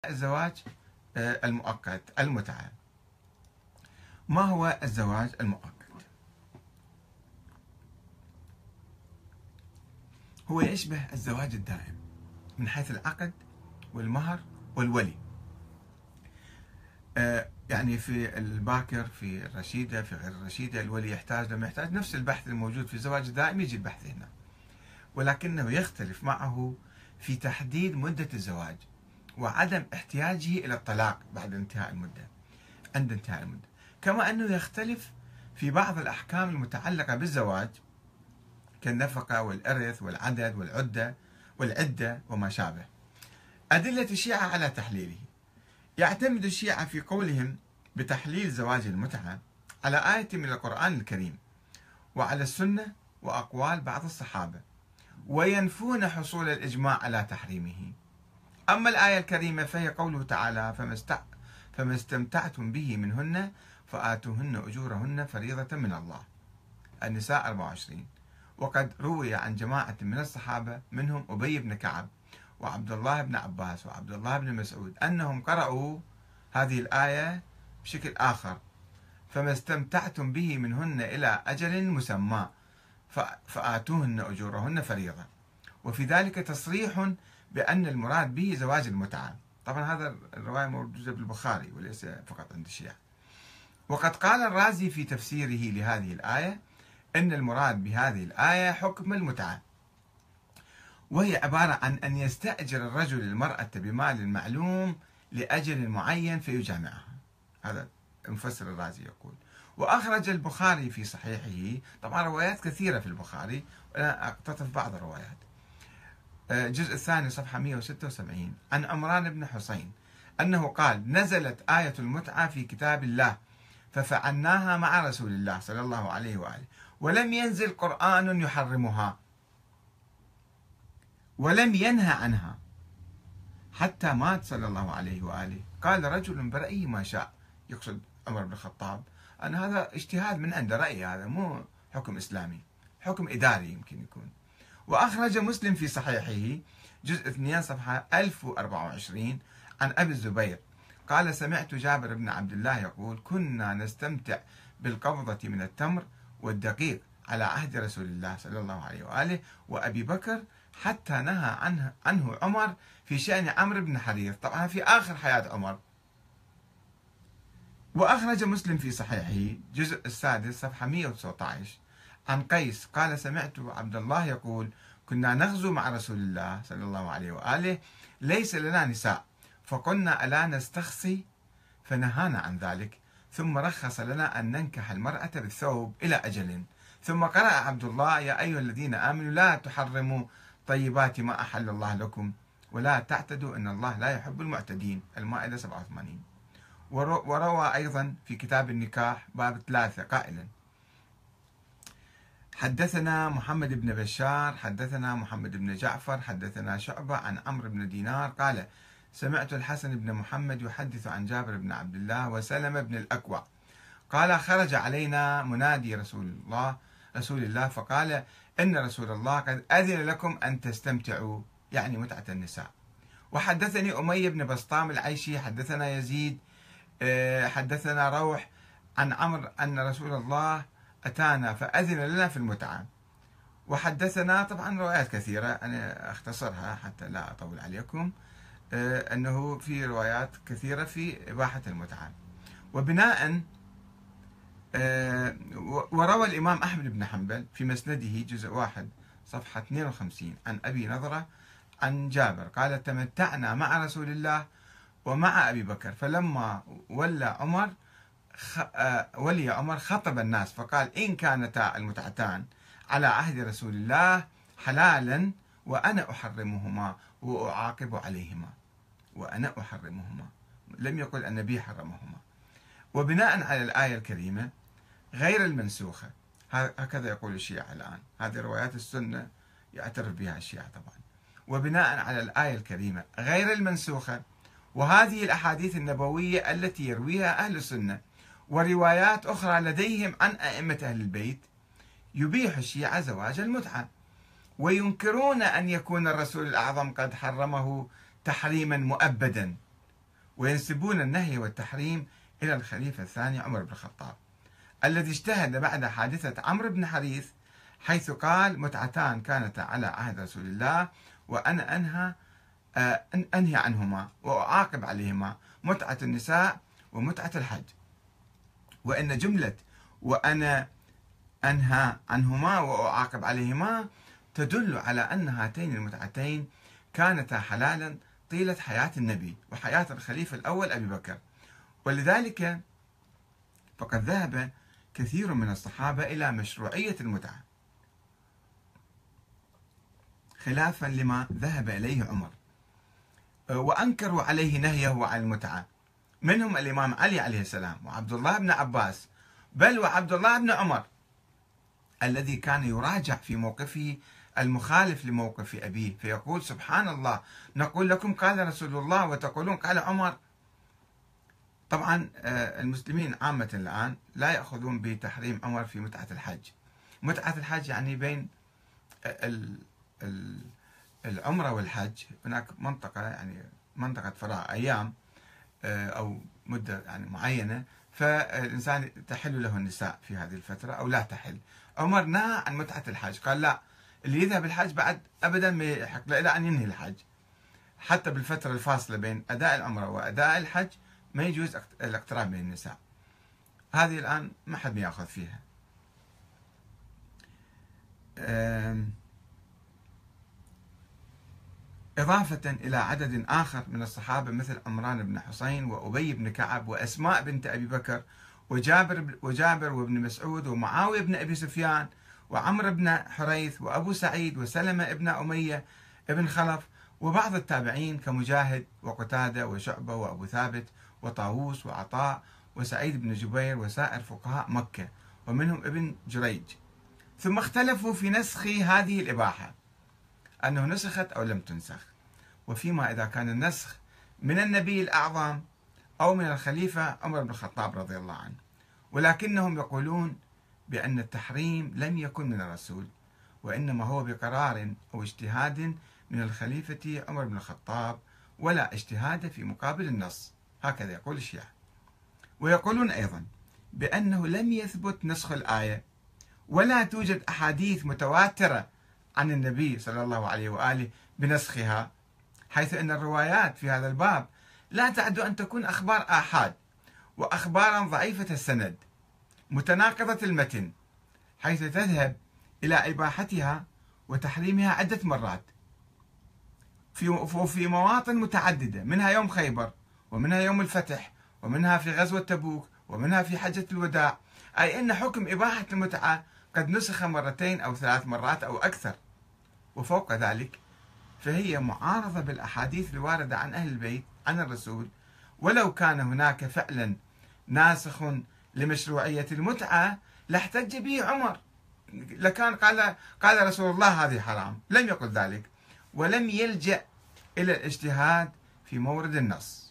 الزواج المؤقت المتعة. ما هو الزواج المؤقت؟ هو يشبه الزواج الدائم من حيث العقد والمهر والولي. يعني في الباكر، في الرشيدة، في غير الرشيدة، الولي يحتاج لما يحتاج نفس البحث الموجود في الزواج الدائم يجي البحث هنا، ولكنه يختلف معه في تحديد مدة الزواج وعدم احتياجه إلى الطلاق بعد انتهاء المدة، عند انتهاء المدة، كما أنه يختلف في بعض الأحكام المتعلقة بالزواج كالنفقة والإرث والعدد والعدة وما شابه. أدلة الشيعة على تحليله: يعتمد الشيعة في قولهم بتحليل زواج المتعة على آية من القرآن الكريم وعلى السنة وأقوال بعض الصحابة، وينفون حصول الإجماع على تحريمه. أما الآية الكريمة فهي قوله تعالى: فما استمتعتم به منهن فآتوهن أجورهن فريضة من الله، النساء 24. وقد روي عن جماعة من الصحابة منهم أبي بن كعب وعبد الله بن عباس وعبد الله بن مسعود أنهم قرأوا هذه الآية بشكل آخر: فما استمتعتم به منهن إلى أجل مسمى فآتوهن أجورهن فريضة، وفي ذلك تصريح بأن المراد به زواج المتعة. طبعا هذا الرواية موجودة بالبخاري وليس فقط عند الشيعة. وقد قال الرازي في تفسيره لهذه الآية إن المراد بهذه الآية حكم المتعة، وهي عبارة عن أن يستأجر الرجل المرأة بمال معلوم لأجل معين فيجامعها. هذا المفسر الرازي يقول. وأخرج البخاري في صحيحه، طبعا روايات كثيرة في البخاري، أنا أقتطف بعض الروايات، الجزء الثاني صفحة 176، عن عمران بن حسين أنه قال: نزلت آية المتعة في كتاب الله ففعلناها مع رسول الله صلى الله عليه وآله، ولم ينزل قرآن يحرمها ولم ينهى عنها حتى مات صلى الله عليه وآله. قال رجل برأيه ما شاء، يقصد عمر بن الخطاب، أن هذا اجتهاد من عنده، رأي، هذا مو حكم إسلامي، حكم إداري يمكن يكون. وأخرج مسلم في صحيحه جزء 2 صفحة 1024 عن أبي الزبير قال: سمعت جابر بن عبد الله يقول: كنا نستمتع بالقبضة من التمر والدقيق على عهد رسول الله صلى الله عليه وآله وأبي بكر، حتى نهى عنه عمر في شأن عمرو بن حريث، طبعا في آخر حياة عمر. وأخرج مسلم في صحيحه جزء السادس صفحة 119 عن قيس قال: سمعت عبد الله يقول: كنا نغزو مع رسول الله صلى الله عليه وآله، ليس لنا نساء، فقلنا ألا نستخصي، فنهانا عن ذلك، ثم رخص لنا أن ننكح المرأة بالثوب إلى أجل، ثم قرأ عبد الله: يا أيها الذين آمنوا لا تحرموا طيبات ما أحل الله لكم ولا تعتدوا إن الله لا يحب المعتدين، المائدة 87. وروى أيضا في كتاب النكاح باب 3 قائلا: حدثنا محمد بن بشار حدثنا محمد بن جعفر حدثنا شعبة عن عمرو بن دينار قال: سمعت الحسن بن محمد يحدث عن جابر بن عبد الله وسلمة بن الأكوع قال: خرج علينا منادي رسول الله فقال: إن رسول الله قد أذن لكم أن تستمتعوا، يعني متعة النساء. وحدثني أمية بن بسطام العيشي حدثنا يزيد حدثنا روح عن عمرو أن رسول الله أتانا فأذن لنا في المتعة. وحدثنا، طبعا روايات كثيرة أنا أختصرها حتى لا أطول عليكم، أنه في روايات كثيرة في إباحة المتعة. وبناء وروى الإمام أحمد بن حنبل في مسنده جزء 1 صفحة 52 عن أبي نضرة عن جابر قال: تمتعنا مع رسول الله ومع أبي بكر، فلما ولي عمر خطب الناس فقال: إن كانتا المتعتان على عهد رسول الله حلالا وأنا أحرمهما وأعاقب عليهما، وأنا أحرمهما، لم يقل النبي حرمهما. وبناء على الآية الكريمة غير المنسوخة، هكذا يقول الشيعة الآن، هذه روايات السنة يعترف بها الشيعة طبعا. وبناء على الآية الكريمة غير المنسوخة وهذه الأحاديث النبوية التي يرويها أهل السنة وروايات أخرى لديهم عن أئمة أهل البيت، يبيح الشيعة زواج المتعة، وينكرون أن يكون الرسول الأعظم قد حرمه تحريما مؤبدا وينسبون النهي والتحريم إلى الخليفة الثاني عمر بن الخطاب، الذي اجتهد بعد حادثة عمرو بن حريث، حيث قال: متعتان كانتا على عهد رسول الله وأنا أنهي عنهما وأعاقب عليهما، متعة النساء ومتعة الحج. وإن جملة وأنا أنهى عنهما وأعاقب عليهما تدل على أن هاتين المتعتين كانتا حلالا طيلة حياة النبي وحياة الخليفة الأول أبي بكر، ولذلك فقد ذهب كثير من الصحابة إلى مشروعية المتعة خلافا لما ذهب إليه عمر، وأنكروا عليه نهيه عن المتعة، منهم الإمام علي عليه السلام وعبد الله بن عباس، بل وعبد الله بن عمر الذي كان يراجع في موقفه المخالف لموقف أبيه، فيقول: سبحان الله، نقول لكم قال رسول الله وتقولون قال عمر. طبعا المسلمين عامة الآن لا يأخذون بتحريم عمر في متعة الحج. متعة الحج يعني بين العمرة والحج هناك منطقة، يعني منطقة فراغ، أيام أو مدة يعني معينة، فالإنسان تحل له النساء في هذه الفترة أو لا تحل. عمر نهى عن متعة الحج، قال لا، اللي يذهب الحج بعد أبدا ما يحق له إلى أن ينهي الحج، حتى بالفترة الفاصلة بين أداء العمرة وأداء الحج ما يجوز الاقتراب من النساء. هذه الآن ما حد يأخذ فيها. إضافة إلى عدد آخر من الصحابة مثل عمران بن حسين وأبي بن كعب وأسماء بنت أبي بكر وجابر وابن مسعود ومعاوية بن أبي سفيان وعمرو بن حريث وأبو سعيد وسلمة ابن أمية ابن خلف وبعض التابعين كمجاهد وقتادة وشعبة وأبو ثابت وطاووس وعطاء وسعيد بن جبير وسائر فقهاء مكة ومنهم ابن جريج. ثم اختلفوا في نسخ هذه الإباحة، أنه نسخت أو لم تنسخ، وفيما إذا كان النسخ من النبي الأعظم أو من الخليفة عمر بن الخطاب رضي الله عنه، ولكنهم يقولون بأن التحريم لم يكن من الرسول، وإنما هو بقرار أو اجتهاد من الخليفة عمر بن الخطاب، ولا اجتهاد في مقابل النص، هكذا يقول الشيعة. ويقولون أيضا بأنه لم يثبت نسخ الآية، ولا توجد أحاديث متواترة عن النبي صلى الله عليه وآله بنسخها، حيث أن الروايات في هذا الباب لا تعد أن تكون أخبار آحاد وأخبارا ضعيفة السند متناقضة المتن، حيث تذهب إلى إباحتها وتحريمها عدة مرات في مواطن متعددة، منها يوم خيبر ومنها يوم الفتح ومنها في غزوة تبوك ومنها في حجة الوداع، أي أن حكم إباحة المتعة قد نسخ مرتين أو 3 مرات أو أكثر. وفوق ذلك فهي معارضة بالأحاديث الواردة عن أهل البيت عن الرسول، ولو كان هناك فعلا ناسخ لمشروعية المتعة لاحتج به عمر، لكان قال رسول الله هذه حرام، لم يقل ذلك، ولم يلجأ إلى الاجتهاد في مورد النص.